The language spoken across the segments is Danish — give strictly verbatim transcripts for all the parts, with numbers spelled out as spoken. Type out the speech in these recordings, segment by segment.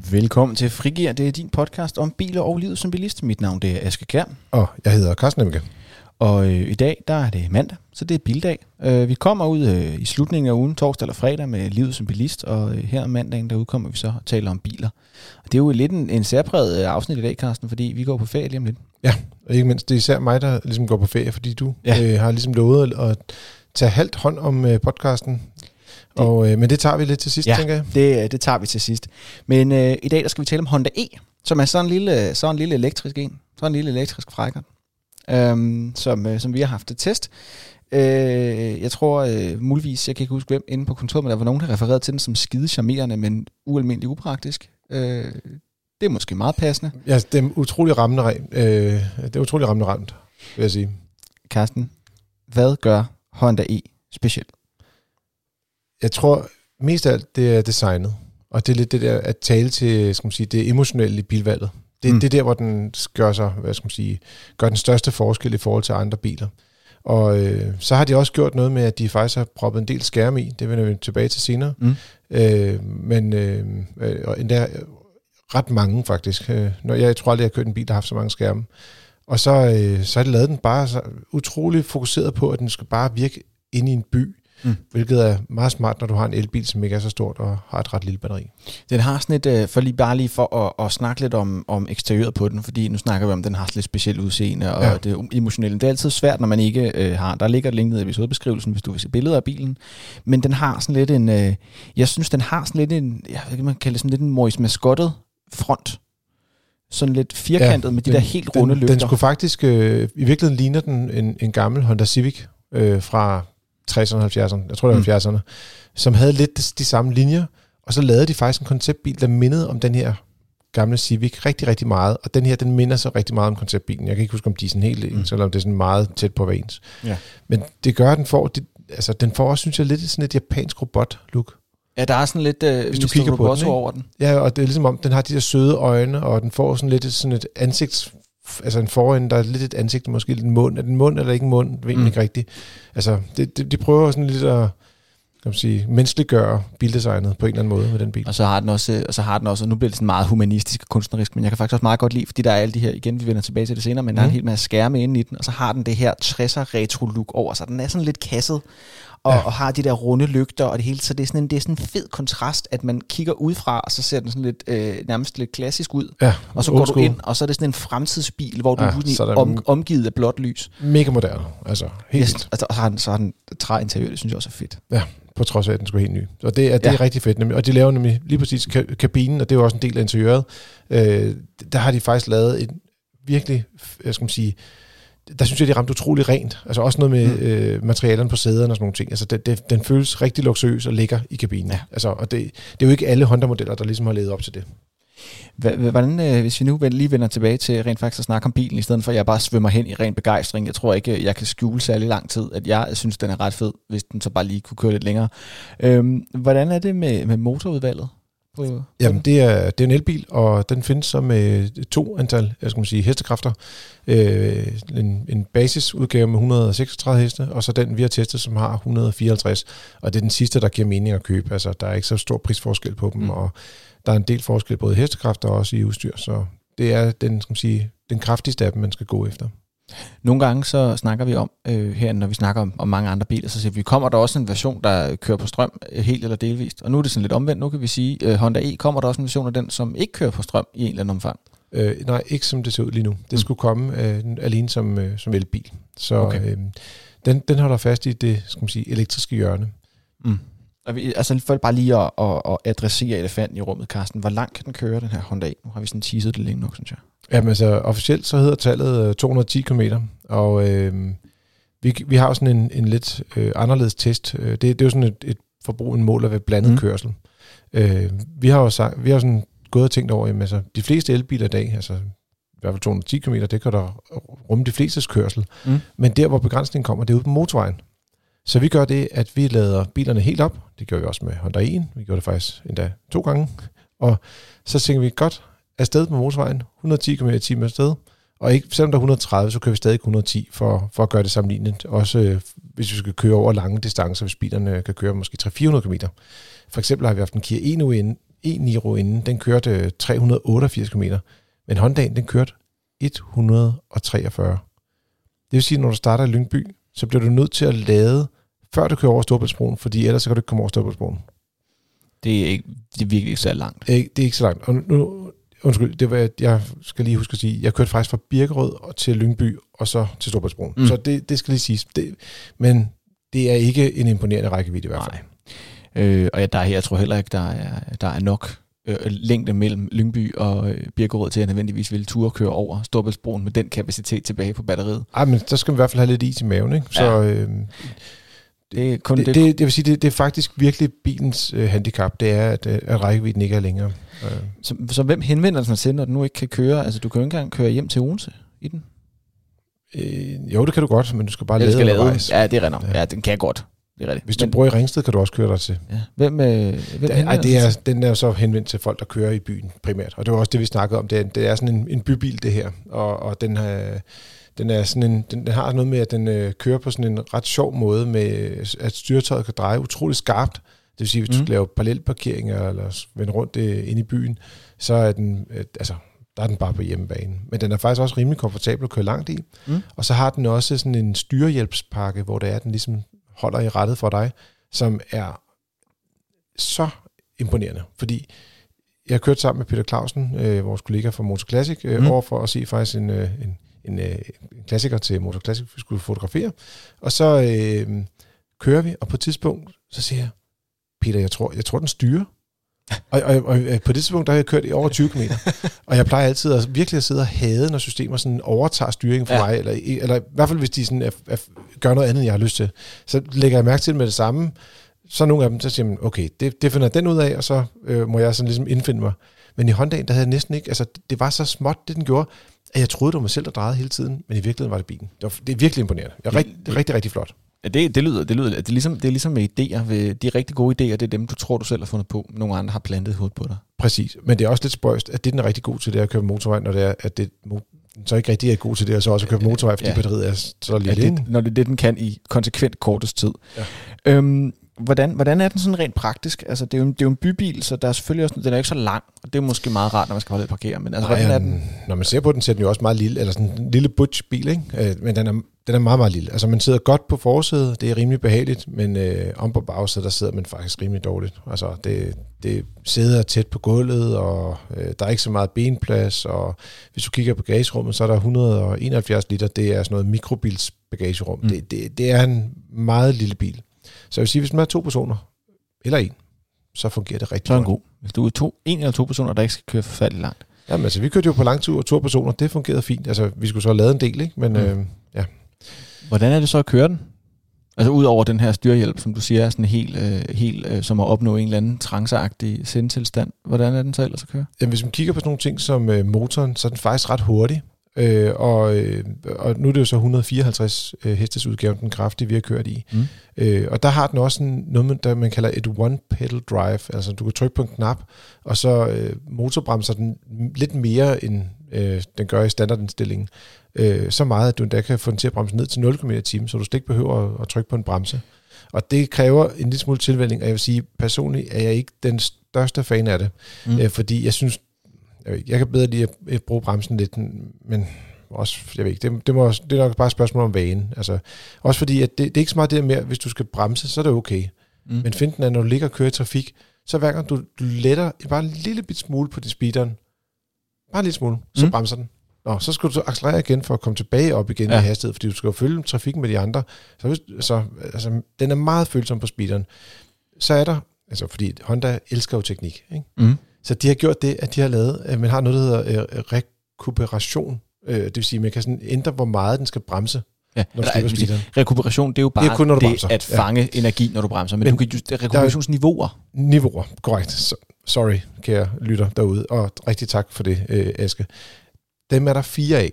Velkommen til Frigir. Det er din podcast om biler og livet som bilist. Mit navn det er Aske Kjær. Og jeg hedder Carsten Emke. Og øh, i dag der er det mandag, så det er bildag. Øh, vi kommer ud øh, i slutningen af ugen, torsdag eller fredag, med livet som bilist. Og øh, her om mandagen, der udkommer vi så og taler om biler. Og det er jo lidt en, en særpræget afsnit i dag, Carsten, fordi vi går på ferie lige om lidt. Ja, og ikke mindst det er især mig, der ligesom går på ferie, fordi du ja. øh, har ligesom lovet at tage halvt hånd om øh, podcasten. Det, og, øh, men det tager vi lidt til sidst, ja, tænker jeg. det, det tager vi til sidst. Men øh, i dag der skal vi tale om Honda E, som er sådan en lille, sådan en lille elektrisk en. Sådan en lille elektrisk frækker, øhm, som, øh, som vi har haft til test. Øh, jeg tror øh, muligvis, jeg kan ikke huske hvem inde på kontoret, men der var nogen, der refererede til den som skide charmerende, men ualmindelig upraktisk. Øh, det er måske meget passende. Ja, det er utrolig rammende, øh, det er utrolig rammende ramt, vil jeg sige. Carsten, hvad gør Honda E specielt? Jeg tror mest af alt, det er designet. Og det er lidt det der at tale til, skal man sige, det emotionelle i bilvalget. Det, mm. det er der, hvor den gør sig, hvad skal man sige, gør den største forskel i forhold til andre biler. Og øh, så har de også gjort noget med, at de faktisk har proppet en del skærme i. Det vender vi tilbage til senere. Mm. Øh, men øh, øh, endda ret mange faktisk. Øh, når jeg tror aldrig, jeg har kørt en bil, der har haft så mange skærme. Og så, øh, så har de lavet den bare så utrolig fokuseret på, at den skal bare virke inde i en by. Mm. Hvilket er meget smart, når du har en elbil, som ikke er så stort og har et ret lille batteri. Den har sådan et, for lige bare lige for at, at snakke lidt om, om eksteriøret på den, fordi nu snakker vi om, at den har sådan lidt specielt udseende, og ja. det er emotionelt. Det er altid svært, når man ikke øh, har, der ligger et link ned i episodebeskrivelsen, hvis du vil se billeder af bilen, men den har sådan lidt en, øh, jeg synes, den har sådan lidt en, jeg ved ikke, man kan kalde det sådan lidt en Morris Mascottet front. Sådan lidt firkantet ja, med de den, der helt runde den, lygter. Den skulle faktisk, øh, i virkeligheden ligner den en, en gammel Honda Civic øh, fra tresserne og halvfjerdserne, jeg tror det var halvfjerdserne, mm. som havde lidt de, de samme linjer, og så lavede de faktisk en konceptbil, der mindede om den her gamle Civic rigtig, rigtig meget, og den her, den minder så rigtig meget om konceptbilen. Jeg kan ikke huske, om de er sådan helt ens, mm. eller om det er sådan meget tæt på hver ens. Ja. Men det gør, at den får, det, altså den får også, synes jeg, lidt sådan et japansk robot-look. Ja, der er sådan lidt uh, hvis du kigger på den, over den. Ja, og det er ligesom om, den har de der søde øjne, og den får sådan lidt sådan et ansigts... Altså en forende, der er lidt et ansigt, måske lidt en mund. Er det en mund eller ikke en mund? Det ved jeg mm. ikke rigtigt. Altså, det, det, de prøver sådan lidt at kan man sige, menneskeliggøre bildesignet på en eller anden måde med den bil. Og så har den også, og så har den også, og nu bliver det sådan meget humanistisk og kunstnerisk, men jeg kan faktisk også meget godt lide, fordi der er alle de her, igen, vi vender tilbage til det senere, men mm. der er en hel masse skærme inde i den, og så har den det her tresser retro look over sig. Den er sådan lidt kasset, og, ja. og har de der runde lygter og det hele, så det er sådan en, det er sådan en fed kontrast, at man kigger udefra, og så ser den sådan lidt, øh, nærmest lidt klassisk ud, ja, og så går du ind, og så er det sådan en fremtidsbil, hvor du ja, er om, omgivet af blåt lys. Mega moderne, altså helt. Yes, altså, og så har den, så har den træinteriør, det synes jeg også er fedt. Ja, på trods af, at den skulle helt ny. Og det er, det er ja. rigtig fedt, nemlig. Og de laver nemlig lige præcis ka- kabinen, og det er jo også en del af interiøret. Øh, der har de faktisk lavet en virkelig, jeg skal man sige, der synes jeg, de ramte utrolig rent. Altså også noget med mm. øh, materialerne på sæderne og sådan nogle ting. Altså det, det, den føles rigtig luksuriøs og lækker i kabinen. Ja. Altså, og det, det er jo ikke alle Honda-modeller, der ligesom har levet op til det. Hvordan, øh, hvis vi nu lige vender tilbage til rent faktisk at snakke om bilen, i stedet for at jeg bare svømmer hen i ren begejstring. Jeg tror ikke, jeg kan skjule særlig lang tid, at jeg synes, den er ret fed, hvis den så bare lige kunne køre lidt længere. Øhm, hvordan er det med, med motorudvalget? På, Jamen, det er, det er en elbil, og den findes så med to antal, jeg skal sige, hestekræfter. Øh, en, en basisudgave med et hundrede og seksogtredive heste, og så den, vi har testet, som har et hundrede og fireoghalvtreds. Og det er den sidste, der giver mening at købe. Altså, der er ikke så stor prisforskel på dem, mm. og der er en del forskel både i hestekræfter og også i udstyr. Så det er den, skal man sige, den kraftigste af dem, man skal gå efter. Nogle gange så snakker vi om, øh, her når vi snakker om, om mange andre biler, så siger vi, kommer der også en version, der kører på strøm, helt eller delvist. Og nu er det sådan lidt omvendt. Nu kan vi sige, øh, Honda E, kommer der også en version af den, som ikke kører på strøm i en eller anden omfang? Øh, nej, ikke som det ser ud lige nu. Det mm. skulle komme øh, alene som, øh, som elbil. Så okay. øh, den, den holder fast i det, skal man sige, elektriske hjørne. Mm. Og vi, altså for bare lige at, at, at adressere elefanten i rummet, Carsten. Hvor langt kan den køre, den her Honda E? Nu har vi sådan teaset det længe nok, synes jeg. Jamen altså, officielt så hedder tallet to hundrede og ti kilometer, og øh, vi, vi har jo sådan en, en lidt øh, anderledes test. Det, det er jo sådan et, et forbrug, en mål af blandet mm. kørsel. Øh, vi har jo sagt, vi har sådan gået og tænkt over, jamen altså, de fleste elbiler i dag, altså i hvert fald to hundrede og ti kilometer, det kan der rumme de flestes kørsel. Mm. Men der, hvor begrænsningen kommer, det er ude på motorvejen. Så vi gør det, at vi lader bilerne helt op. Det gør vi også med Honda E'en. Vi gjorde det faktisk endda to gange. Og så tænker vi godt afsted på motorvejen, et hundrede og ti kilometer i timen afsted. Og ikke, selvom der er et hundrede og tredive, så kører vi stadig et hundrede og ti for, for at gøre det sammenlignet. Også øh, hvis vi skal køre over lange distancer, hvis bilerne kan køre måske tre til fire hundrede kilometer. For eksempel har vi haft en Kia Eno inde, e-Niro inden, den kørte tre hundrede og otteogfirs kilometer, men Hondaen, den kørte et hundrede og treogfyrre. Det vil sige, at når du starter i Lyngby, så bliver du nødt til at lade, før du kører over Storebæltsbroen, fordi ellers så kan du ikke komme over Storebæltsbroen. Det er, ikke, det er virkelig ikke så langt. Det er, det er ikke så langt. Og nu, undskyld, det var, jeg skal lige huske at sige, jeg kørte faktisk fra Birkerød og til Lyngby, og så til Storebæltsbroen. Mm. Så det, det skal lige siges. Det, men det er ikke en imponerende rækkevidde i hvert fald. Nej. Øh, og ja, der er her, jeg tror heller ikke, der er, der er nok øh, længde mellem Lyngby og øh, Birkerød til at nødvendigvis ville ture køre over Storebæltsbroen med den kapacitet tilbage på batteriet. Ej, men så skal vi i hvert fald have lidt is i maven, ikke? Så ja. øh, det, er kun det, det, det, det vil sige, det, det er faktisk virkelig bilens øh, handicap, det er, at, at rækkevidden ikke er længere. Øh. Så, så hvem henvender sig til, når du nu ikke kan køre? Altså, du kan jo ikke engang køre hjem til Odense i den. Øh, jo, det kan du godt, men du skal bare ja, lade skal undervejs. Ja, det er rent. Ja. ja, den kan jeg godt. Det er rigtigt. Hvis du men, bor i Ringsted, kan du også køre dig til. Ja. Hvem, øh, hvem Ej, det er, den er jo så henvendt til folk, der kører i byen primært. Og det var også det, vi snakkede om. Det er, det er sådan en, en bybil, det her. Og, og den, har, den, er sådan en, den, den har noget med, at den øh, kører på sådan en ret sjov måde, med at styretøjet kan dreje utrolig skarpt. Det vil sige, hvis mm. du laver parallelparkeringer eller vender rundt øh, ind i byen, så er den, øh, altså, der er den bare på hjemmebane. Men den er faktisk også rimelig komfortabel at køre langt i. Mm. Og så har den også sådan en styrehjælpspakke, hvor det er, den ligesom holder i rettet for dig, som er så imponerende. Fordi jeg har kørt sammen med Peter Clausen, øh, vores kollega fra Motor Classic, øh, mm. over for at se faktisk en, øh, en, en, øh, en klassiker til Motor Classic, vi skulle fotografere. Og så øh, kører vi, og på et tidspunkt, så siger jeg, Peter, jeg tror, jeg tror den styrer. og, og, og på det tidspunkt, der har jeg kørt i over tyve kilometer. Og jeg plejer altid at virkelig at sidde og hade, når systemer sådan overtager styringen for ja. mig, eller, eller i hvert fald hvis de sådan er, er, gør noget andet, end jeg har lyst til. Så lægger jeg mærke til med det samme. Så nogle af dem, så siger man, okay, det, det finder den ud af, og så øh, må jeg sådan ligesom indfinde mig. Men i Hondaen, der havde jeg næsten ikke, altså det var så småt, det den gjorde, at jeg troede, det var mig selv, der drejede hele tiden, men i virkeligheden var det bilen. Det, var, det er virkelig imponerende. Jeg er rigtig, rigtig, rigtig, rigtig flot. Ja, det, det lyder, det lyder, det er ligesom, det er ligesom med idéer. Ved, de rigtig gode idéer, det er dem, du tror, du selv har fundet på. Nogle andre har plantet hovedet på dig. Præcis, men det er også lidt spøjst, at det den er rigtig god til, det er at køre motorvej, når det er, at det så ikke rigtig er god til det, og så også at køre motorvej, fordi ja. batteriet er så lille. Ja, det, når det er det, den kan i konsekvent kortest tid. Ja. Øhm, Hvordan, hvordan er den sådan rent praktisk? Altså, det er, jo en, det er jo en bybil, så der er selvfølgelig også, den er ikke så lang, og det er måske meget rart, når man skal holde et parkere. Men altså, Nej, hvordan er den? Når man ser på den, så er den jo også meget lille, eller sådan en lille butch-bil, ikke? Men den er, den er meget, meget lille. Altså, man sidder godt på forsædet, det er rimelig behageligt, men øh, om på bagsædet, der sidder man faktisk rimelig dårligt. Altså, det, det sidder tæt på gulvet, og øh, der er ikke så meget benplads, og hvis du kigger på bagagerummet, så er der et hundrede og enoghalvfjerds liter, det er sådan noget mikrobils bagagerum. Mm. Det, det, det er en meget lille bil. Så jeg vil sige, hvis man er to personer, eller en, så fungerer det rigtig godt. Så er den god. Hvis du er to, en eller to personer, der ikke skal køre forfærdeligt langt. Jamen altså, vi kørte jo på langtur, og to personer, det fungerede fint. Altså, vi skulle så have lavet en del, ikke? Men mm. øh, ja. Hvordan er det så at køre den? Altså, ud over den her styrhjælp, som du siger, er sådan helt, øh, helt øh, som at opnå en eller anden tranceagtig sendetilstand. Hvordan er den så ellers at køre? Jamen, hvis man kigger på sådan nogle ting som øh, motoren, så er den faktisk ret hurtig. Øh, og, øh, og nu er det jo så et hundrede og fireoghalvtreds øh, hestes udgaven, den kraftige, vi har kørt i. Mm. Øh, og der har den også en, noget, der man kalder et one-pedal drive. Altså, du kan trykke på en knap, og så øh, motorbremser den lidt mere, end øh, den gør i standardindstillingen. Øh, så meget, at du endda kan få den til at bremse ned til nul kilometer i timen, så du slet ikke behøver at, at trykke på en bremse. Og det kræver en lille smule tilvænning, og jeg vil sige, personligt er jeg ikke den største fan af det. Mm. Øh, fordi jeg synes, jeg kan bedre lide at bruge bremsen lidt, men også, jeg ved ikke, det, det, må, det er nok bare et spørgsmål om vane. Altså, også fordi, at det, det er ikke så meget det med, at hvis du skal bremse, så er det okay. Mm. Men finten er, når du ligger og kører i trafik, så hver gang du, du letter bare en lille bit smule på dit speederen, bare en lille smule, så mm. bremser den. Nå, så skal du så accelerere igen for at komme tilbage op igen ja. i hastighed, fordi du skal jo følge trafikken med de andre. Så, så altså, den er meget følsom på speederen. Så er der, altså fordi Honda elsker jo teknik, ikke? Mm. Så de har gjort det, at de har lavet, at man har noget, der hedder øh, rekuperation. Øh, det vil sige, at man kan sådan ændre, hvor meget den skal bremse, ja. når du slipper speederen. Rekuperation, det er jo bare det, er kun, det at fange ja. energi, når du bremser. Men, men du kan just rekuperationsniveauer. Niveauer, korrekt. So, sorry, kære lytter derude. Og rigtig tak for det, øh, Aske. Dem er der fire af.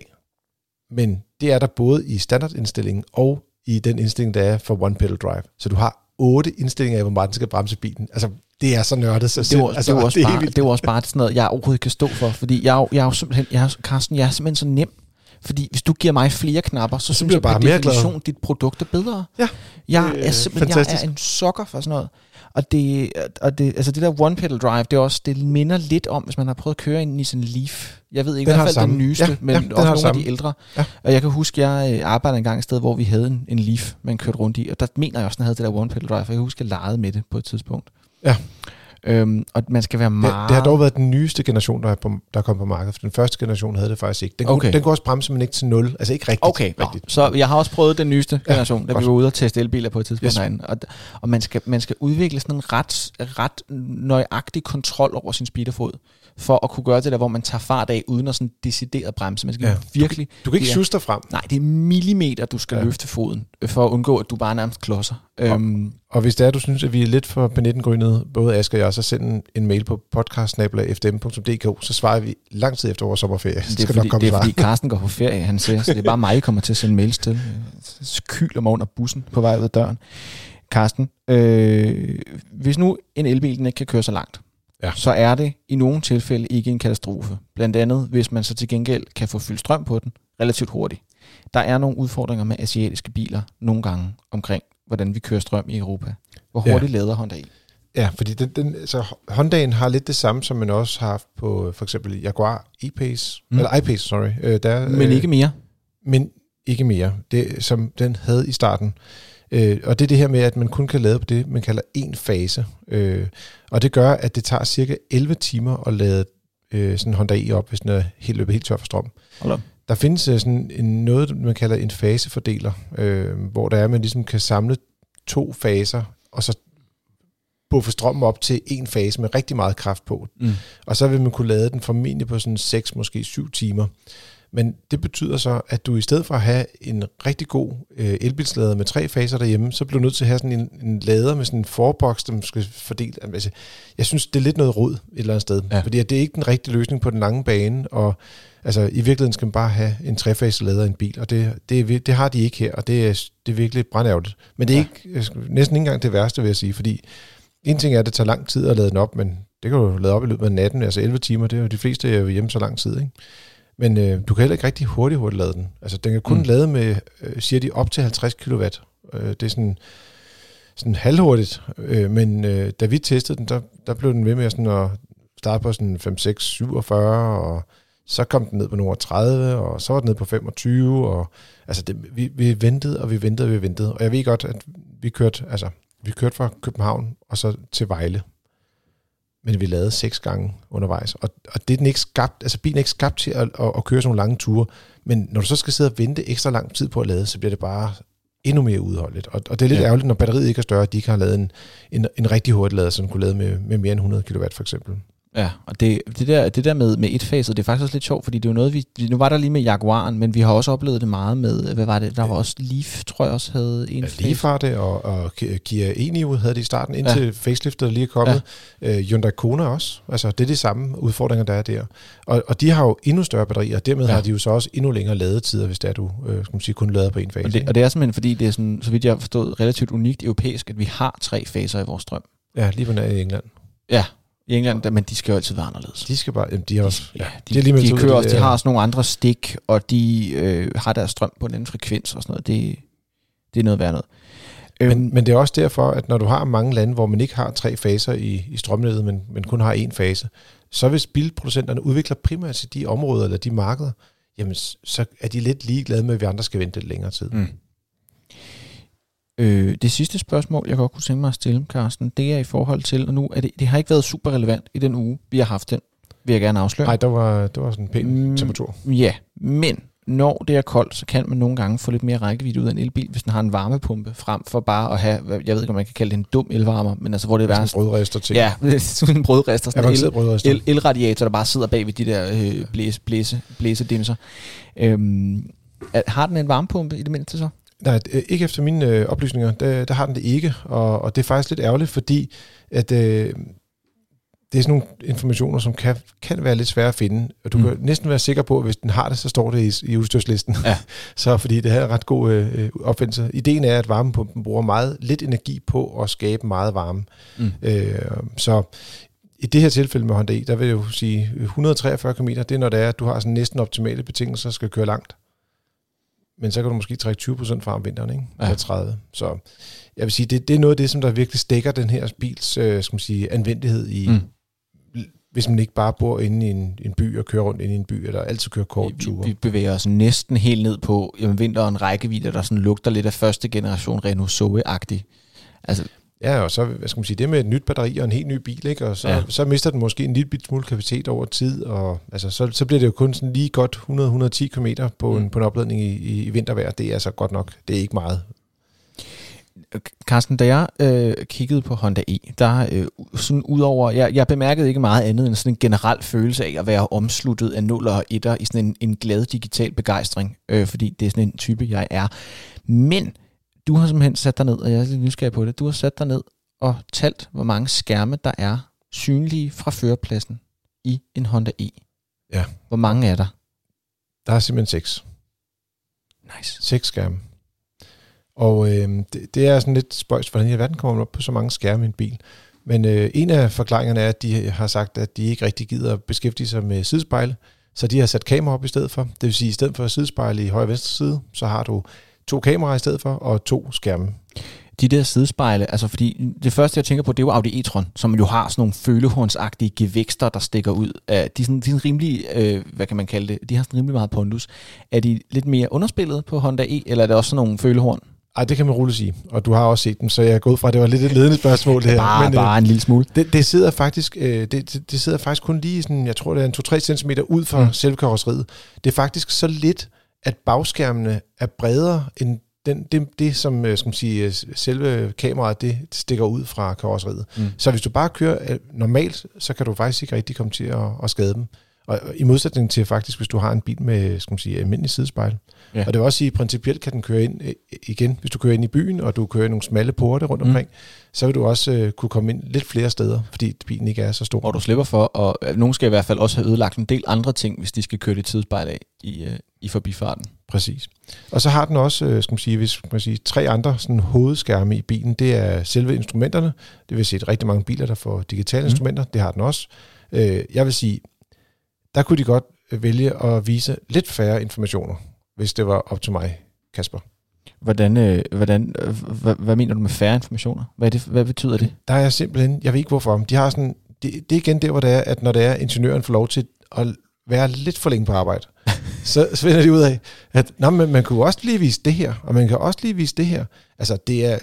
Men det er der både i standardindstillingen og i den indstilling, der er for One Pedal Drive. Så du har otte indstillinger af, hvor meget den skal bremse bilen. Altså, det er så nørdet. Så det var altså, det også, bare, det var også bare sådan noget, jeg overhovedet kan stå for. Fordi jeg, jeg er jo simpelthen, jeg er, Carsten, jeg er simpelthen så nem Fordi hvis du giver mig flere knapper, så, så synes jeg bare per definition, at dit produkt er bedre. Ja. Jeg er simpelthen jeg er en sokker for sådan noget. Og det, og det, altså det der one pedal drive, det er også, det minder lidt om, hvis man har prøvet at køre en Nissan Leaf. Jeg ved ikke, i hvert fald den nyeste, ja, men ja, også nogle af de ældre. Ja. Og jeg kan huske, jeg arbejdede engang et sted, hvor vi havde en, en Leaf, man kørte rundt i. Og der mener jeg også, at jeg havde det der one pedal drive, for jeg kan huske, at jeg legede med det på et tidspunkt. Ja. Øhm, og man skal være meget... Det, det har dog været den nyeste generation, der er, på, der er kommet på markedet. For den første generation havde det faktisk ikke. Den, okay. kunne, den kunne også bremse, men ikke til nul. Altså ikke rigtigt. Okay, rigtigt. Så jeg har også prøvet den nyeste ja, generation, da godt. Vi var ude og teste elbiler på et tidspunkt yes. herinde. Og, og man, skal, man skal udvikle sådan en ret, ret nøjagtig kontrol over sin speederfod, for at kunne gøre det der, hvor man tager fart af, uden at sådan decideret bremse. Man skal ja. virkelig... Du, du kan ikke sjuste dig frem. Nej, det er millimeter, du skal ja. løfte foden, for at undgå, at du bare nærmest klodser. Og, øhm, og hvis det er, du synes, at vi er lidt for benettengrynede, både Asger og jeg, så send en, en mail på podcast snabel-a f d m punktum d k, så svarer vi lang tid efter vores sommerferie. Det er, skal fordi, det er fordi Carsten går på ferie, han siger, så det er bare mig, der kommer til at sende mails til. Så kyler mig under bussen på vej ud af døren. Carsten, øh, hvis nu en elbil den ikke kan køre så langt, ja. så er det i nogle tilfælde ikke en katastrofe. Blandt andet, hvis man så til gengæld kan få fyldt strøm på den relativt hurtigt. Der er nogle udfordringer med asiatiske biler nogle gange omkring, hvordan vi kører strøm i Europa. Hvor hurtigt ja. lader Honda i? Ja, fordi den, den, altså, Hondaen har lidt det samme, som man også har haft på for eksempel Jaguar E-Pace, mm. eller I-Pace, sorry. Øh, der, men ikke mere. Øh, men ikke mere, det, som den havde i starten. Øh, og det er det her med, at man kun kan lade på det, man kalder en fase. Øh, og det gør, at det tager cirka elleve timer at lade øh, sådan en Honda E op, hvis den er helt løbet helt tør for strøm. Hold der findes øh, sådan en, noget, man kalder en fasefordeler, øh, hvor der er, man ligesom kan samle to faser, og så buffe strømmen op til en fase med rigtig meget kraft på. Mm. Og så vil man kunne lade den formentlig på sådan seks, måske syv timer. Men det betyder så, at du i stedet for at have en rigtig god øh, elbilslader med tre faser derhjemme, så bliver du nødt til at have sådan en, en lader med sådan en forboks, der skal fordele. Altså, jeg synes, det er lidt noget rod et eller andet sted. Ja. Fordi det er ikke den rigtige løsning på den lange bane. Og altså, i virkeligheden skal man bare have en trefase lader i en bil. Og det, det, det har de ikke her, og det er, det er virkelig brandærgerligt. Men det er ja. ikke, næsten ikke engang det værste, vil jeg sige. Fordi en ting er, at det tager lang tid at lade den op, men det kan du lade op i løbet af natten. Altså elleve timer, det er jo de fleste er jo hjemme så lang tid, ikke? Men øh, du kan heller ikke rigtig hurtigt hurtigt lade den. Altså, den kan kun mm. lade med, øh, siger de, op til halvtreds kilowatt. Øh, det er sådan, sådan halvhurtigt. Øh, men øh, da vi testede den, der, der blev den ved med sådan at starte på sådan fem, seks, syvogfyrre, og så kom den ned på nogle tredive, og så var den ned på femogtyve, og altså, det, vi, vi ventede, og vi ventede, og vi ventede. Og jeg ved godt, at vi kørte, altså, vi kørte fra København, og så til Vejle. Men vi lavede seks gange undervejs. Og, og det er den ikke skabt, altså bilen er ikke skabt til at, at, at køre sådan nogle lange ture. Men når du så skal sidde og vente ekstra lang tid på at lade, så bliver det bare endnu mere udholdeligt. Og, og det er lidt ja. ærgerligt, når batteriet ikke er større, at de ikke har lavet en, en, en rigtig hurtig lader, så den kunne lade med, med mere end hundrede kilowatt for eksempel. Ja, og det, det der, det der med, med etfaset, det er faktisk også lidt sjovt, fordi det er jo noget, vi, nu var der lige med Jaguaren, men vi har også oplevet det meget med, hvad var det, der var også Leaf, tror jeg også havde en ja, Leaf har det, og, og Kia e-Niro havde det i starten, indtil ja. faceliftet lige er kommet. Ja. Uh, Hyundai Kona også, altså det er de samme udfordringer, der er der. Og, og de har jo endnu større batterier, og dermed ja. har de jo så også endnu længere ladetider, hvis det er, du øh, skal man sige, kun lader på en fase. Og det, og det er simpelthen, fordi det er sådan, så vidt jeg har forstået, relativt unikt europæisk, at vi har tre faser i vores strøm. Ja, lige på nær i England. Ja, i England, men de skal jo altid være anderledes. De skal bare, jamen, de har også, ja, de, de, de, de kører også, de har også nogle andre stik, og de øh, har deres strøm på en anden frekvens og sådan noget. Det, det er noget værd noget. Men, øhm, men det er også derfor, at når du har mange lande, hvor man ikke har tre faser i, i strømnettet, men, men kun har én fase, så hvis bilproducenterne udvikler primært til de områder eller de markeder, jamen så er de lidt ligeglade med, at vi andre skal vente lidt længere tid. Mm. Øh, det sidste spørgsmål, jeg godt kunne tænke mig at stille, Carsten, det er i forhold til, og nu er det, det har ikke været super relevant i den uge, vi har haft den, vil jeg gerne afsløre. Nej, der var, det var sådan en pæn temperatur. Mm, ja, men når det er koldt, så kan man nogle gange få lidt mere rækkevidde ud af en elbil, hvis den har en varmepumpe, frem for bare at have, jeg ved ikke, om man kan kalde det en dum elvarmer, men altså hvor det er sådan en brødrester til. Ja, sådan en brødrester, sådan en el, brødrester. El, elradiator, der bare sidder bag ved de der øh, blæse, blæse, blæsedimser. Øhm, har den en varmepumpe i det mindste så? Nej, ikke efter mine øh, oplysninger, der, der har den det ikke, og, og det er faktisk lidt ærgerligt, fordi at, øh, det er sådan nogle informationer, som kan, kan være lidt svære at finde, og du mm. kan næsten være sikker på, at hvis den har det, så står det i, i udstyrslisten. Ja. Så fordi det her er en ret god øh, opfindelse. Ideen er, at varmepumpen bruger meget lidt energi på at skabe meget varme. Mm. Øh, så i det her tilfælde med Honda E, der vil jeg jo sige et hundrede og treogfyrre kilometer, det er når det er, at du har sådan næsten optimale betingelser, skal køre langt. men så kan du måske trække tyve procent fra om vinteren, ikke? Ja. Eller tredive. Så jeg vil sige, det, det er noget af det, som der virkelig stikker den her bils øh, skal man sige, anvendelighed i, mm. hvis man ikke bare bor inde i en, en by og kører rundt inde i en by, eller altid kører kort ture. Vi, vi bevæger os næsten helt ned på jamen, vinteren rækkevidde, der sådan lugter lidt af første generation Renault Zoe-agtig. Altså, ja, og så hvad skal man sige, det med et nyt batteri og en helt ny bil, ikke? Og så, ja. så mister den måske en lille smule kapacitet over tid, og altså, så, så bliver det jo kun sådan lige godt hundrede til hundrede og ti kilometer på, mm. en, på en opladning i, i, i vintervejr. Det er altså godt nok. Det er ikke meget. Carsten, da jeg øh, kiggede på Honda E, der øh, sådan udover, jeg, jeg bemærkede ikke meget andet end sådan en generel følelse af at være omsluttet af nuller og etter i sådan en, en glad digital begejstring, øh, fordi det er sådan en type, jeg er. Men du har simpelthen sat dig ned, og jeg er lidt nysgerrig på det, du har sat dig ned og talt, hvor mange skærme der er synlige fra førerpladsen i en Honda E. Ja. Hvor mange er der? Der er simpelthen seks. Nice. Seks skærme. Og øh, det, det er sådan lidt spøjst, hvordan i verden kommer man op på så mange skærme i en bil. Men øh, en af forklaringerne er, at de har sagt, at de ikke rigtig gider at beskæftige sig med sidespejle, så de har sat kamera op i stedet for. Det vil sige, at i stedet for sidespejle i højre og venstre side, så har du to kameraer i stedet for, og to skærme. De der sidespejle, altså fordi det første, jeg tænker på, det er jo Audi e-tron, som jo har sådan nogle følehornsagtige gevækster, der stikker ud. De er sådan, de er sådan rimelig, øh, hvad kan man kalde det, de har sådan rimelig meget pondus. Er de lidt mere underspillet på Honda E, eller er det også sådan nogle følehorn? Ej, det kan man roligt sige, og du har også set dem, så jeg er gået fra, det var lidt et ledende spørgsmål det her. Bare, men, bare øh, en lille smule. Det, det sidder faktisk, øh, det, det, det sidder faktisk kun lige sådan, jeg tror det er en to til tre centimeter ud fra mm. selve karosseriet. Det er faktisk så lidt, at bagskærmene er bredere end den, det, det, som skal man sige, selve kameraet, det stikker ud fra karosseriet. Mm. Så hvis du bare kører normalt, så kan du faktisk ikke rigtig komme til at, at skade dem. Og i modsætning til faktisk, hvis du har en bil med, skal man sige, almindelig sidespejl. Ja. Og det vil også sige, at principielt kan den køre ind igen, hvis du kører ind i byen, og du kører i nogle smalle porte rundt mm. omkring, så vil du også uh, kunne komme ind lidt flere steder, fordi bilen ikke er så stor. Og du slipper for, og nogen skal i hvert fald også have ødelagt en del andre ting, hvis de skal køre det sidespejl af i, uh, i forbifarten. Præcis. Og så har den også, uh, skal man sige, hvis man sige, tre andre sådan, hovedskærme i bilen. Det er selve instrumenterne. Det vil sige, at rigtig mange biler, der får digitale mm. instrumenter, det har den også. Uh, jeg vil sige, der kunne de godt vælge at vise lidt færre informationer, hvis det var op til mig, Kasper. Hvordan, øh, hvordan, øh, hvad, hvad mener du med færre informationer? Hvad, det, hvad betyder det? Der er simpelthen, jeg ved ikke hvorfor, de har sådan, det, det er igen der, hvor det er, at når det er, ingeniøren får lov til at være lidt for længe på arbejde, så, så finder de ud af, at nå, men man kunne også lige vise det her, og man kan også lige vise det her. Altså, det er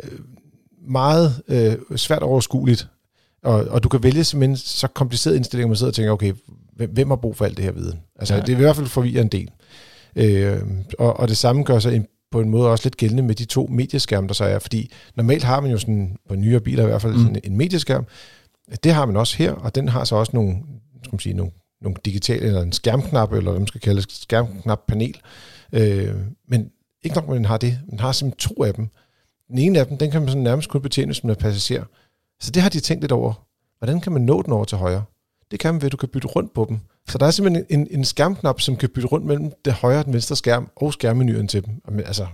meget øh, svært overskueligt, og, og du kan vælge simpelthen så komplicerede indstillinger, man sidder og tænker, okay, hvem har brug for alt det her viden? Altså, ja. Det er i hvert fald forvirrer en del. Øh, og, og det samme gør sig en, på en måde også lidt gældende med de to medieskærme, der så er, fordi normalt har man jo sådan, på nyere biler i hvert fald, mm. sådan en medieskærm. Det har man også her, og den har så også nogle, skal man sige, nogle, nogle digitale, eller en skærmknap, eller hvad man skal kalde det, skærmknap-panel. Øh, men ikke nok, at den har det. Den har simpelthen to af dem. Den ene af dem, den kan man sådan nærmest kun betjene, hvis man er passager. Så det har de tænkt lidt over. Hvordan kan man nå den over til højre? Det kan man ved, at du kan bytte rundt på dem. Så der er simpelthen en, en skærmknap, som kan bytte rundt mellem det højre og den venstre skærm, og skærmmenuren til dem. Altså,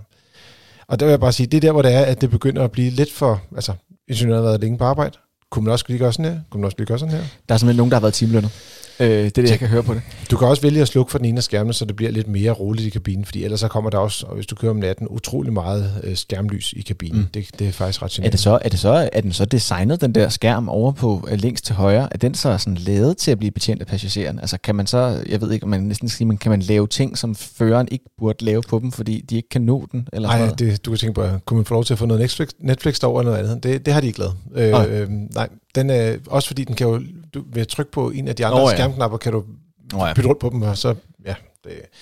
og der vil jeg bare sige, det er der, hvor det er, at det begynder at blive lidt for, altså, ingeniøren har været længe på arbejde. Kunne man også lige gøre sådan her? Kunne man også lige gøre sådan her? Der er simpelthen nogen, der har været timelønnet. Øh, det er det, jeg kan høre på det. Du kan også vælge at slukke for den ene af skærmene, så det bliver lidt mere roligt i kabinen, fordi ellers så kommer der også, og hvis du kører om natten, utrolig meget øh, skærmlys i kabinen. Mm. Det, det er faktisk ret generende. Er det så, er det så, er den så designet, den der skærm over på øh, længst til højre, er den så sådan lavet til at blive betjent af passageren? Altså kan man så, jeg ved ikke, om man næsten skal sige, men kan man lave ting, som føreren ikke burde lave på dem, fordi de ikke kan nå den? Nej, det, du kan tænke på, kunne man få lov til at få noget Netflix, Netflix over eller noget andet? Det, det har de ikke lavet. Øh, øh, nej, den er, også fordi den kan jo, du, ved at trykke på en af de andre oh, ja. skærmknapper, kan du oh, ja. bytte rundt på dem, og så, ja, det er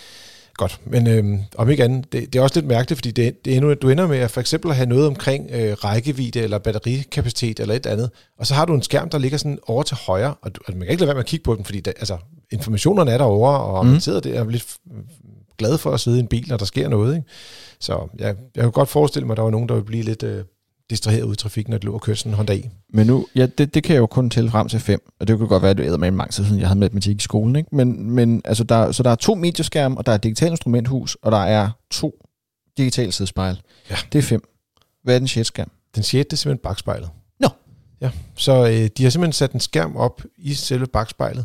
godt. Men øh, om ikke andet, det, det er også lidt mærkeligt, fordi det, det endnu, du ender med at for eksempel have noget omkring øh, rækkevidde, eller batterikapacitet, eller et andet, og så har du en skærm, der ligger sådan over til højre, og, du, og man kan ikke lade være med at kigge på den, fordi det, altså, informationerne er derovre, og mm. man sidder der og er lidt glad for at sidde i en bil, når der sker noget, ikke? Så jeg, jeg kan godt forestille mig, at der var nogen, der ville blive lidt øh, distraheret ud i trafikken, når det lå og kørte sådan en Honda E. Men nu, ja, det, det kan jeg jo kun tælle frem til fem, og det kunne godt være, at du æder med mange tid siden, jeg havde matematik i skolen, ikke? Men, men altså, der, så der er to medieskærme, og der er et digitalt instrumenthus, og der er to digitale sidespejl. Ja. Det er fem. Hvad er den sjette skærm? Den sjette, det er simpelthen bagspejlet. Nå. Ja, så øh, de har simpelthen sat en skærm op i selve bagspejlet,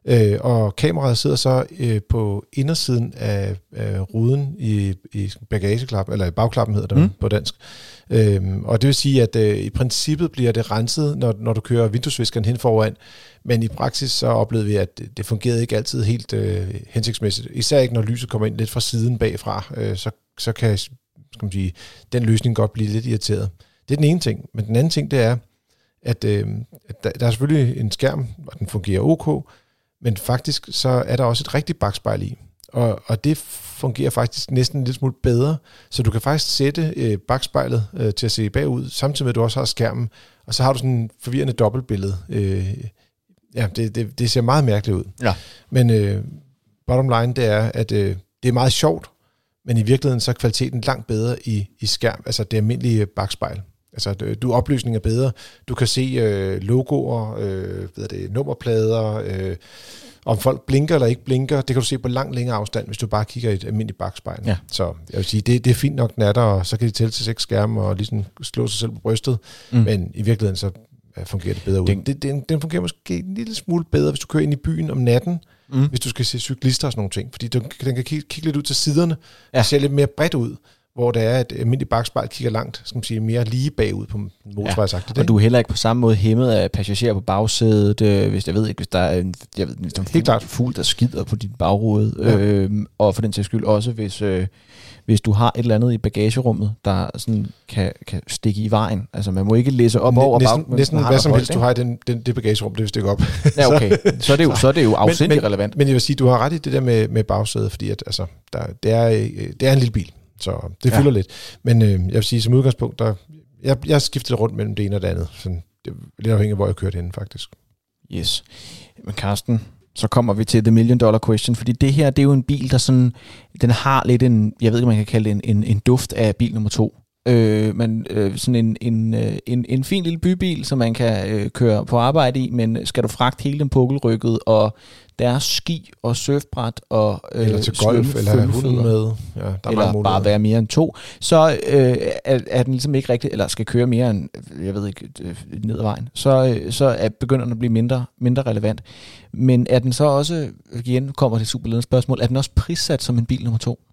Øh, og kameraet sidder så øh, på indersiden af, af ruden i, i bagageklappen, eller i bagklappen hedder det mm. på dansk. Øhm, og det vil sige, at øh, i princippet bliver det renset, når, når du kører vinduesviskeren hen foran, men i praksis så oplevede vi, at det fungerede ikke altid helt øh, hensigtsmæssigt. Især ikke, når lyset kommer ind lidt fra siden bagfra, øh, så, så kan skal man sige, den løsning godt blive lidt irriteret. Det er den ene ting. Men den anden ting, det er, at, øh, at der, der er selvfølgelig en skærm, og den fungerer ok, men faktisk så er der også et rigtigt bakspejl i. Og, og det fungerer faktisk næsten en lille smule bedre, så du kan faktisk sætte øh, bakspejlet øh, til at se bagud, samtidig med at du også har skærmen, og så har du sådan en forvirrende dobbeltbillede. Øh, ja, det, det, det ser meget mærkeligt ud. Ja. Men øh, bottom line, det er, at øh, det er meget sjovt, men i virkeligheden så er kvaliteten langt bedre i, i skærm, altså det almindelige bakspejl. Altså, du opløsning er bedre. Du kan se øh, logoer, øh, hvad er det, nummerplader, øh, om folk blinker eller ikke blinker. Det kan du se på lang længere afstand, hvis du bare kigger i et almindeligt bakspejl. Ja. Så jeg vil sige, det, det er fint nok, den er der, og så kan de tælle til seks skærme og ligesom slå sig selv på brystet. Mm. Men i virkeligheden så fungerer det bedre ud. Den, det, den, den fungerer måske en lille smule bedre, hvis du kører ind i byen om natten, mm. hvis du skal se cyklister og sådan nogle ting. Fordi du, den kan kigge, kigge lidt ud til siderne, ja. Og ser lidt mere bredt ud, hvor det er, at almindelig bakspejl kigger langt, skal man sige, mere lige bagud på motorvejsagtigt. Ja, og du er heller ikke på samme måde hæmmet af passagerer på bagsædet, øh, hvis jeg ved ikke, hvis der er en, jeg ved, hvis der er en fugl, klart. fugl, der skider på din bagrude, ja. øh, og for den sags skyld også, hvis, øh, hvis du har et eller andet i bagagerummet, der sådan kan, kan stikke i vejen. Altså man må ikke læse op Næ, over næsten, bag, næsten hvad som helst, du har i den, den, det bagagerum, det vil stikke op. Ja, okay. Så er det jo, så er det jo afsindigt relevant. Men jeg vil sige, du har ret i det der med, med bagsædet, fordi at, altså, der, det, er, det er en lille bil. Så det fylder ja. lidt. Men øh, jeg vil sige, som udgangspunkt, der, jeg, jeg skiftede rundt mellem det ene og det andet. Så det er lidt afhængigt af, hvor jeg kørte henne, faktisk. Yes. Men Carsten, så kommer vi til the million dollar question, fordi det her, det er jo en bil, der sådan, den har lidt en, jeg ved ikke, man kan kalde det en, en, en duft af bil nummer to. Øh, men øh, sådan en, en, en, en fin lille bybil, som man kan øh, køre på arbejde i, men skal du fragte hele den pukkelrykket, og deres ski og surfbræt og øh, eller til golf, eller have hunden med, ja, der er eller bare være mere end to, så øh, er, er den ligesom ikke rigtig, eller skal køre mere end, jeg ved ikke, øh, ned ad vejen, så, øh, så er, begynder den at blive mindre, mindre relevant. Men er den så også, igen kommer det super ledende spørgsmål, er den også prissat som en bil nummer to?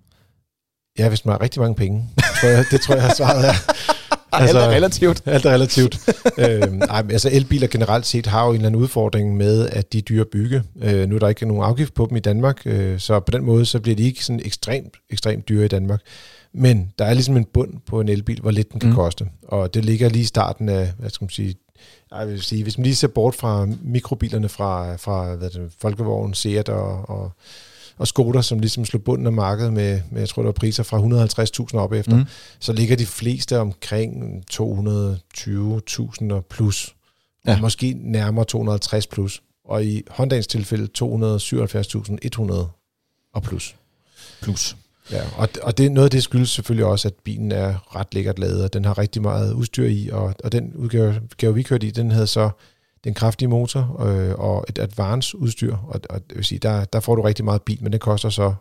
Ja, hvis man har rigtig mange penge. Tror jeg, det tror jeg har svaret er. Altså, alt er relativt. Alt er relativt. øhm, ej, altså elbiler generelt set har jo en eller anden udfordring med, at de er dyre at bygge. Øh, nu er der ikke nogen afgift på dem i Danmark, øh, så på den måde så bliver de ikke sådan ekstremt, ekstremt dyre i Danmark. Men der er ligesom en bund på en elbil, hvor lidt den kan mm. koste. Og det ligger lige i starten af, hvad skal man sige, jeg vil sige, hvis man lige ser bort fra mikrobilerne fra, fra hvad det, Folkevogn, Seat og, og og Skoda, som ligesom slog bunden af markedet med, med jeg tror, der var priser fra et hundrede og halvtreds tusind op efter, mm. så ligger de fleste omkring to hundrede og tyve tusind plus. Ja. Og måske nærmere to hundrede og halvtreds plus. Og i Hondaens tilfælde to hundrede og syvoghalvfjerds tusind et hundrede og plus. Plus. Ja, og, og det, noget af det skyldes selvfølgelig også, at bilen er ret lækkert lavet, og den har rigtig meget udstyr i, og, og den udgave, vi kørte i, den havde så den kraftige motor øh, og et advanced udstyr, og, og det vil sige, der, der får du rigtig meget bil, men det koster så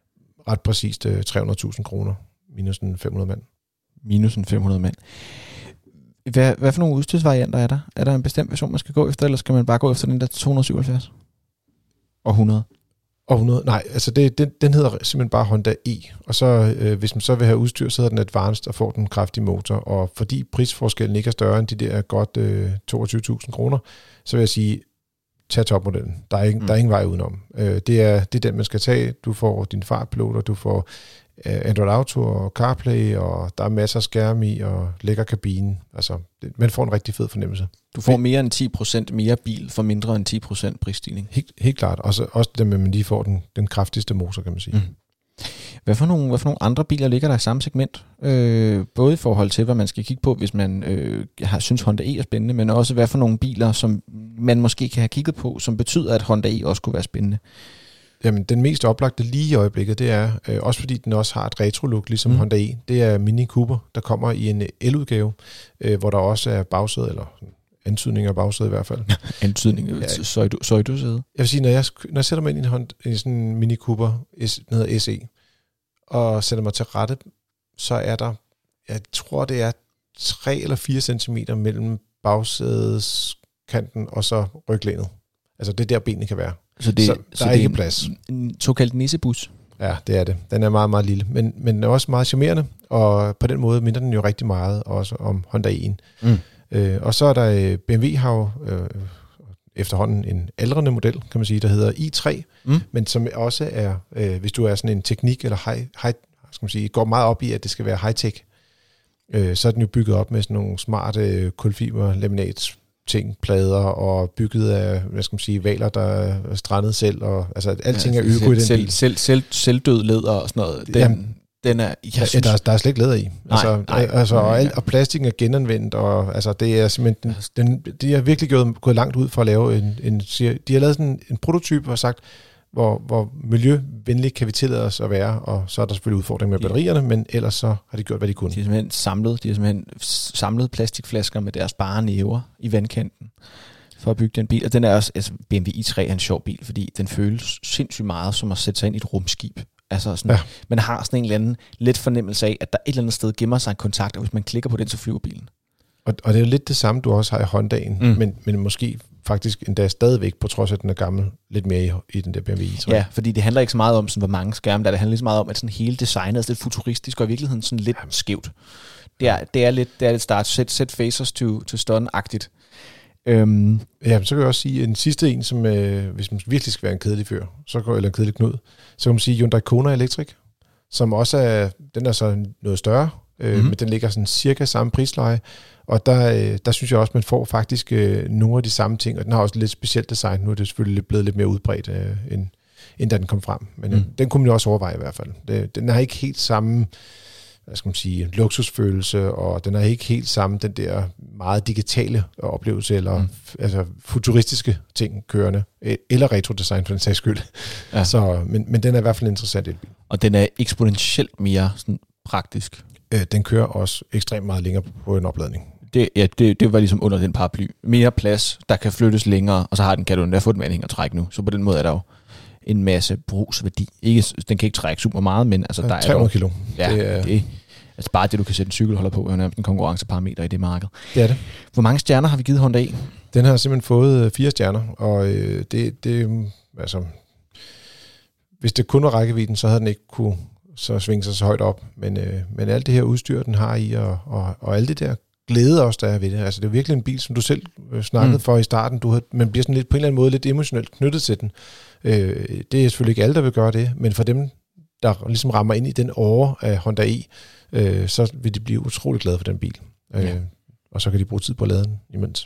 ret præcist øh, tre hundrede tusind kroner, minus en fem hundrede mand. Minus en fem hundrede mand. Hvad, hvad for nogle udstyrsvarianter er der? Er der en bestemt version, man skal gå efter, eller skal man bare gå efter den der to hundrede og syvoghalvfjerds? Og hundrede? Og hundrede? Nej, altså det, den, den hedder simpelthen bare Honda E, og så øh, hvis man så vil have udstyr, så hedder den Advanced og får den kraftige motor, og fordi prisforskellen ikke er større end de der godt øh, toogtyve tusind kroner, så vil jeg sige, tag topmodellen. Der er, ikke, mm. der er ingen vej udenom. Øh, det, er, det er den, man skal tage. Du får din fartpiloter, du får øh, Android Auto og CarPlay, og der er masser af skærme i, og lækker kabine. Altså, det, man får en rigtig fed fornemmelse. Du får mere end ti procent mere bil for mindre end ti procent prisstigning. Helt, helt klart. Også, også det med, at man lige får den, den kraftigste motor, kan man sige. Mm. Hvad for, nogle, hvad for nogle andre biler ligger der i samme segment? Øh, både i forhold til, hvad man skal kigge på, hvis man øh, har, synes Honda E er spændende, men også hvad for nogle biler, som man måske kan have kigget på, som betyder, at Honda E også kunne være spændende. Jamen, den mest oplagte lige i øjeblikket, det er, øh, også fordi den også har et retro-look, ligesom mm. Honda E, det er Mini Cooper, der kommer i en el-udgave, øh, hvor der også er bagsæde, eller antydning af bagsæde i hvert fald. antydning af ja. Søjdu-sæde? Jeg vil sige, når jeg, når jeg sætter mig ind i en, Honda, i sådan en Mini Cooper, den hedder S E, og sætter mig til rette, så er der, jeg tror det er tre eller fire centimeter mellem bagsædeskanten og så ryglænet. Altså det er der benene kan være. Så, det, så der så er det ikke en, plads. En såkaldt nissebus. Ja, det er det. Den er meget, meget lille, men, men den er også meget charmerende, og på den måde minder den jo rigtig meget også om Honda E'en. Mm. Øh, og så er der B M W har jo øh, efterhånden en aldrende model, kan man sige, der hedder i tre, mm. men som også er, øh, hvis du er sådan en teknik eller high, high, skal man sige, går meget op i, at det skal være high-tech, øh, så er den jo bygget op med sådan nogle smarte øh, kulfiber, laminats, ting, plader og bygget af, hvad skal man sige, valer, der er strandet selv, og altså alting ja, er øko selv, i den selv, bil. Selv, selv, selvdød læder og sådan noget. Den, Jamen, den er, jeg synes, ja, der, er, der er slet ikke læder i. Nej, altså, nej, altså, nej, og, al, ja. og plastikken er genanvendt, og altså, det er simpelthen, den, de har virkelig gået, gået langt ud for at lave en, en de har lavet sådan en prototype og sagt, hvor, hvor miljøvenligt kan vi tillade os at være, og så er der selvfølgelig udfordring med batterierne, men ellers så har de gjort, hvad de kunne. De har simpelthen samlet, de har simpelthen samlet plastikflasker med deres bare næver i vandkanten for at bygge den bil. Og den er også, altså B M W i tre er en sjov bil, fordi den føles sindssygt meget som at sætte sig ind i et rumskib. Altså sådan, ja. Man har sådan en eller anden let fornemmelse af, at der et eller andet sted gemmer sig en kontakt, og hvis man klikker på den, så flyver bilen. Og, og det er jo lidt det samme, du også har i Hondaen, mm. men, men måske faktisk endda stadigvæk, på trods af, at den er gammel, lidt mere i, i den der B M W i tre. Ja, fordi det handler ikke så meget om, sådan, hvor mange skærme der er. Det handler lige så meget om, at sådan hele designet er lidt futuristisk, og i virkeligheden sådan lidt ja. skævt. Det er, det er lidt, det er lidt start, set, set faces to, to stun-agtigt. Øhm. Ja, så kan jeg også sige, en sidste en, som øh, hvis man virkelig skal være en kedelig fyr, så går, eller en kedelig knud, så kan man sige Hyundai Kona Electric, som også er, den er så noget større, øh, mm-hmm. men den ligger sådan cirka samme prisleje, og der, øh, der synes jeg også, man får faktisk øh, nogle af de samme ting, og den har også lidt specielt design. Nu er det selvfølgelig blevet lidt mere udbredt, øh, end, end da den kom frem, men mm. øh, den kunne man jo også overveje i hvert fald. Det, den har ikke helt samme, hvad skal man sige, luksusfølelse, og den har ikke helt samme den der meget digitale oplevelse, eller mm. altså futuristiske ting kørende, eller retrodesign for den sags skyld. Ja. Så, men, men den er i hvert fald interessant i bil. Og den er eksponentielt mere sådan praktisk. Øh, den kører også ekstremt meget længere på en opladning. Det, ja, det, det var ligesom under den paraply. Mere plads, der kan flyttes længere, og så har den, kan du endda få den med anhængertræk nu. Så på den måde er der jo en masse brugsværdi. Ikke, den kan ikke trække super meget, men altså, der er tre hundrede kilo. Ja, det er det, altså bare det, du kan sætte en cykelholder på, er jo en konkurrenceparameter i det marked. Det er det. Hvor mange stjerner har vi givet Honda E? Den har simpelthen fået fire stjerner, og øh, det, det, altså, hvis det kun var rækkevidden, så havde den ikke kunne så svinge sig så højt op. Men, øh, men alt det her udstyr, den har i, og, og, og alt det der glæde også, der er ved det. Altså, det er virkelig en bil, som du selv snakkede mm. for i starten. Du havde, man bliver sådan lidt, på en eller anden måde lidt emotionelt knyttet til den. Øh, det er selvfølgelig ikke alle, der vil gøre det, men for dem, der ligesom rammer ind i den åre af Honda E, øh, så vil de blive utrolig glade for den bil. Øh, ja. Og så kan de bruge tid på at lade den imens.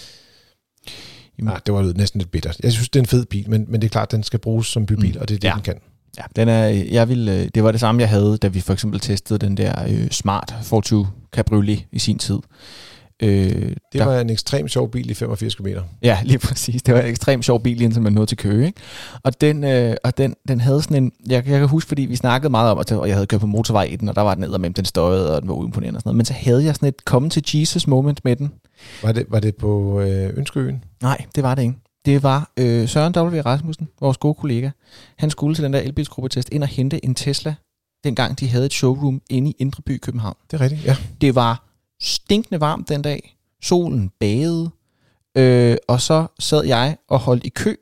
Nej, det var næsten lidt bittert. Jeg synes, det er en fed bil, men, men det er klart, at den skal bruges som bybil, mm. og det er det, ja. den kan. Ja, den er, jeg vil, det var det samme, jeg havde, da vi for eksempel testede den der øh, Smart Fortwo Cabriolet i sin tid. Øh, det der, var en ekstremt sjov bil i femogfirs kilometer. Ja, lige præcis. Det var en ekstremt sjov bil, indtil man nåede til Køge. Ikke? Og, den, øh, og den, den havde sådan en... Jeg, jeg kan huske, fordi vi snakkede meget om, at og jeg havde kørt på motorvej i den, og der var den eddermem, den støjede, og den var uimponerende og sådan noget. Men så havde jeg sådan et komme til Jesus moment med den. Var det, var det på øh, Ønskeøen? Nej, det var det ikke. Det var øh, Søren W. Rasmussen, vores gode kollega. Han skulle til den der elbilsgruppetest ind og hente en Tesla, dengang de havde et showroom inde i Indre By i København. Det er rigtigt, ja. Det var stinkende varmt den dag. Solen bagede. Øh, og så sad jeg og holdt i kø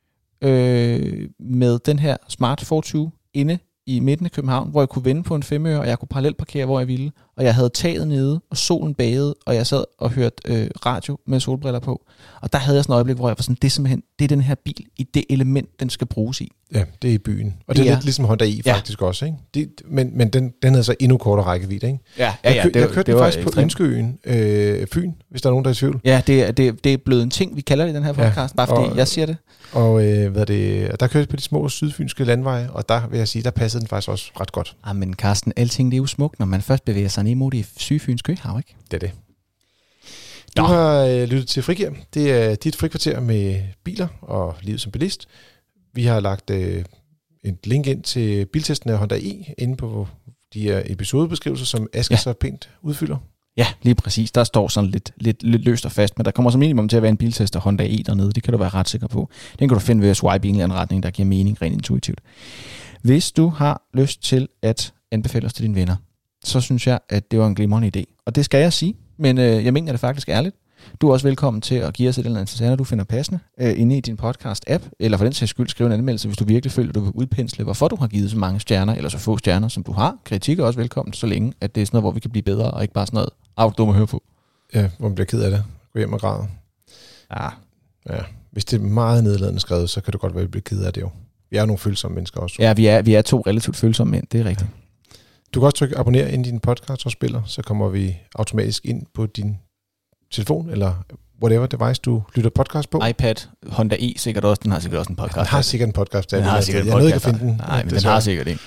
øh, med den her Smart Fortwo inde i midten af København, hvor jeg kunne vende på en femøre, og jeg kunne parallelt parkere, hvor jeg ville. Og jeg havde taget nede, og solen bagede, og jeg sad og hørte øh, radio med solbriller på. Og der havde jeg sådan et øjeblik, hvor jeg var sådan, det er simpelthen, det er den her bil i det element, den skal bruges i. Ja, det er i byen. Og det, det er lidt ligesom Honda i faktisk ja. også, ikke? Det, men men den, den havde så endnu kortere rækkevidde, ikke? Ja, ja, ja. Jeg, kø, det, jeg kørte det den faktisk ekstremt. på Ønskeøen, øh, Fyn, hvis der er nogen, der er i tvivl. Ja, det, det, det er blevet en ting, vi kalder det i den her podcast, ja, bare fordi og, jeg siger det. Og øh, hvad det, der kørte jeg på de små sydfynske landveje, og der vil jeg sige, der passede den faktisk også ret godt. Ah, men Carsten, alting det er jo smukt, når man først bevæger sig ned mod det sydfynske øhav, ikke? Det er det. Du Nå. har øh, lyttet til Frigir. Det er dit frikvarter med biler og livet som bilist. Vi har lagt øh, et link ind til biltesten af Honda E inde på de her episodebeskrivelser, som Asger ja. så pænt udfylder. Ja, lige præcis. Der står sådan lidt, lidt, lidt løst og fast, men der kommer som minimum til at være en biltest af Honda E dernede. Det kan du være ret sikker på. Den kan du finde ved at swipe i en eller anden retning, der giver mening rent intuitivt. Hvis du har lyst til at anbefale os til dine venner, så synes jeg, at det var en glimrende idé. Og det skal jeg sige, men øh, jeg mener det faktisk ærligt. Du er også velkommen til at give os et eller andet interessant, du finder passende øh, inde i din podcast-app, eller for den sags skyld skrive en anmeldelse, hvis du virkelig føler, at du vil udpensle, hvorfor du har givet så mange stjerner, eller så få stjerner, som du har. Kritik er også velkommen, så længe at det er sådan noget, hvor vi kan blive bedre, og ikke bare sådan noget, af du at høre på. Ja, hvor man bliver ked af det. Gå hjem og græde. Ja. Ja. Hvis det er meget nedladende skrevet, så kan du godt være, at vi bliver ked af det jo. Vi er nogle følsomme mennesker også. Ja, vi er, vi er to relativt følsomme mænd, det er rigtigt. Ja. Du kan også trykke abonner ind i din podcast og spiller, så kommer vi automatisk ind på din telefon, eller whatever device, du lytter podcast på. iPad, Honda E sikkert også, den har sikkert også en podcast. Den har sikkert en podcast. Den har sikkert en podcast. Jeg podcast. Jeg ikke at finde den. Nej, men den har sikkert en.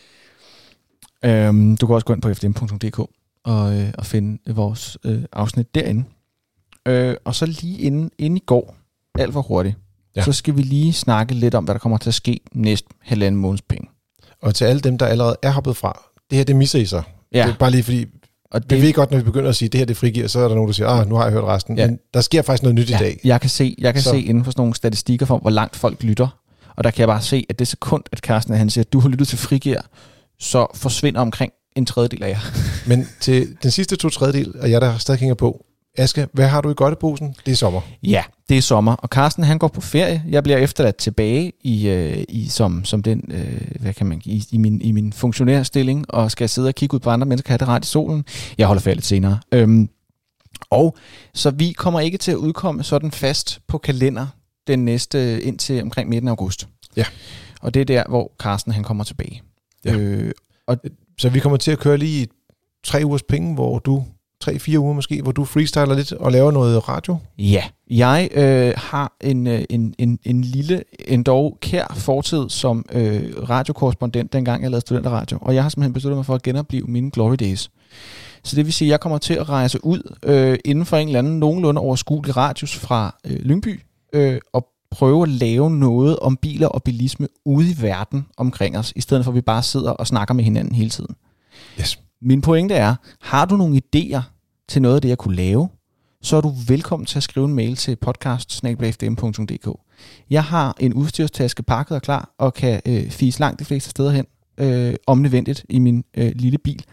Øhm, du kan også gå ind på f d m punktum d k og, øh, og finde vores øh, afsnit derinde. Øh, og så lige inden, inden i går, alt for hurtigt, ja. Så skal vi lige snakke lidt om, hvad der kommer til at ske næste halvanden måneds penge. Og til alle dem, der allerede er hoppet fra, det her, det misser I så. Ja. Det er bare lige fordi, og det, vi ved godt, når vi begynder at sige, det her det frigiver, så er der nogen, der siger, ah, nu har jeg hørt resten. Ja. Men der sker faktisk noget nyt ja. i dag. Jeg kan se, jeg kan se inden for sådan nogle statistikker for, hvor langt folk lytter. Og der kan jeg bare se, at det sekund, at Carsten han siger, at du har lyttet til frigiver, så forsvinder omkring en tredjedel af jer. Men til den sidste to tredjedel, og jeg der stadig hænger på, Aske, hvad har du i godteposen? Det er sommer. Ja, det er sommer, og Carsten han går på ferie. Jeg bliver efterladt tilbage i, øh, i som som den øh, hvad kan man i, i min i min funktionærstilling og skal sidde og kigge ud på andre mennesker have det rart i solen. Jeg holder ferie lidt senere. Øhm, og så vi kommer ikke til at udkomme sådan fast på kalender den næste indtil omkring midten af august. Ja. Og det er der hvor Carsten han kommer tilbage. Ja. Øh, og så vi kommer til at køre lige tre ugers penge, hvor du tre-fire uger måske, hvor du freestyler lidt og laver noget radio? Ja, jeg øh, har en, en, en, en lille, endog kær fortid som øh, radiokorrespondent, dengang jeg lavede studenterradio, og jeg har simpelthen besluttet mig for at genopleve mine glory days. Så det vil sige, at jeg kommer til at rejse ud øh, inden for en eller anden nogenlunde overskuelig radius fra øh, Lyngby øh, og prøve at lave noget om biler og bilisme ude i verden omkring os, i stedet for at vi bare sidder og snakker med hinanden hele tiden. Yes. Min pointe er, har du nogle idéer til noget af det, jeg kunne lave, så er du velkommen til at skrive en mail til podcast snabel-a f d m punktum d k. Jeg har en udstyrstaske pakket og klar, og kan øh, fise langt de fleste steder hen, øh, om nødvendigt, i min øh, lille bil.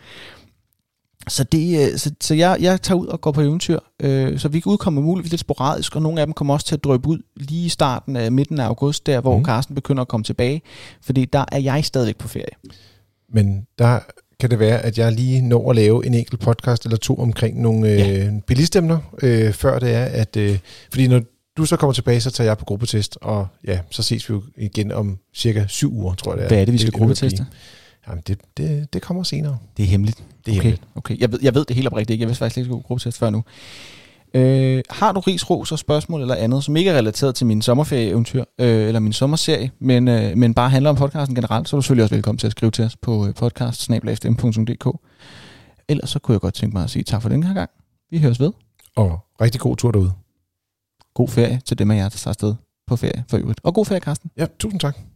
Så, det, øh, så, så jeg, jeg tager ud og går på eventyr, øh, så vi kan udkomme muligvis lidt sporadisk, og nogle af dem kommer også til at drøbe ud lige i starten af midten af august, der hvor mm. Carsten begynder at komme tilbage, fordi der er jeg stadigvæk på ferie. Men der kan det være, at jeg lige når at lave en enkelt podcast eller to omkring nogle ja. øh, bilistemner, øh, før det er, at... Øh, fordi når du så kommer tilbage, så tager jeg på gruppetest, og ja, så ses vi jo igen om cirka syv uger, tror jeg det er. Hvad er det, vi skal gruppeteste? Jamen, det, det, det kommer senere. Det er hemmeligt. Det er okay. hemmeligt. Okay. Jeg ved, jeg ved det helt oprigtigt ikke. Jeg vidste faktisk ikke, at jeg skulle gruppetest før nu. Øh, har du ris, ros og spørgsmål eller andet, som ikke er relateret til min sommerferie-eventyr, øh, eller min sommerserie, men, øh, men bare handler om podcasten generelt, så er du selvfølgelig også velkommen til at skrive til os på podcast snabel-a f d m punktum d k. Ellers så kunne jeg godt tænke mig at sige tak for den her gang. Vi høres ved. Og rigtig god tur derude. God ferie til dem af jer, der tager afsted på ferie for øvrigt. Og god ferie, Carsten. Ja, tusind tak.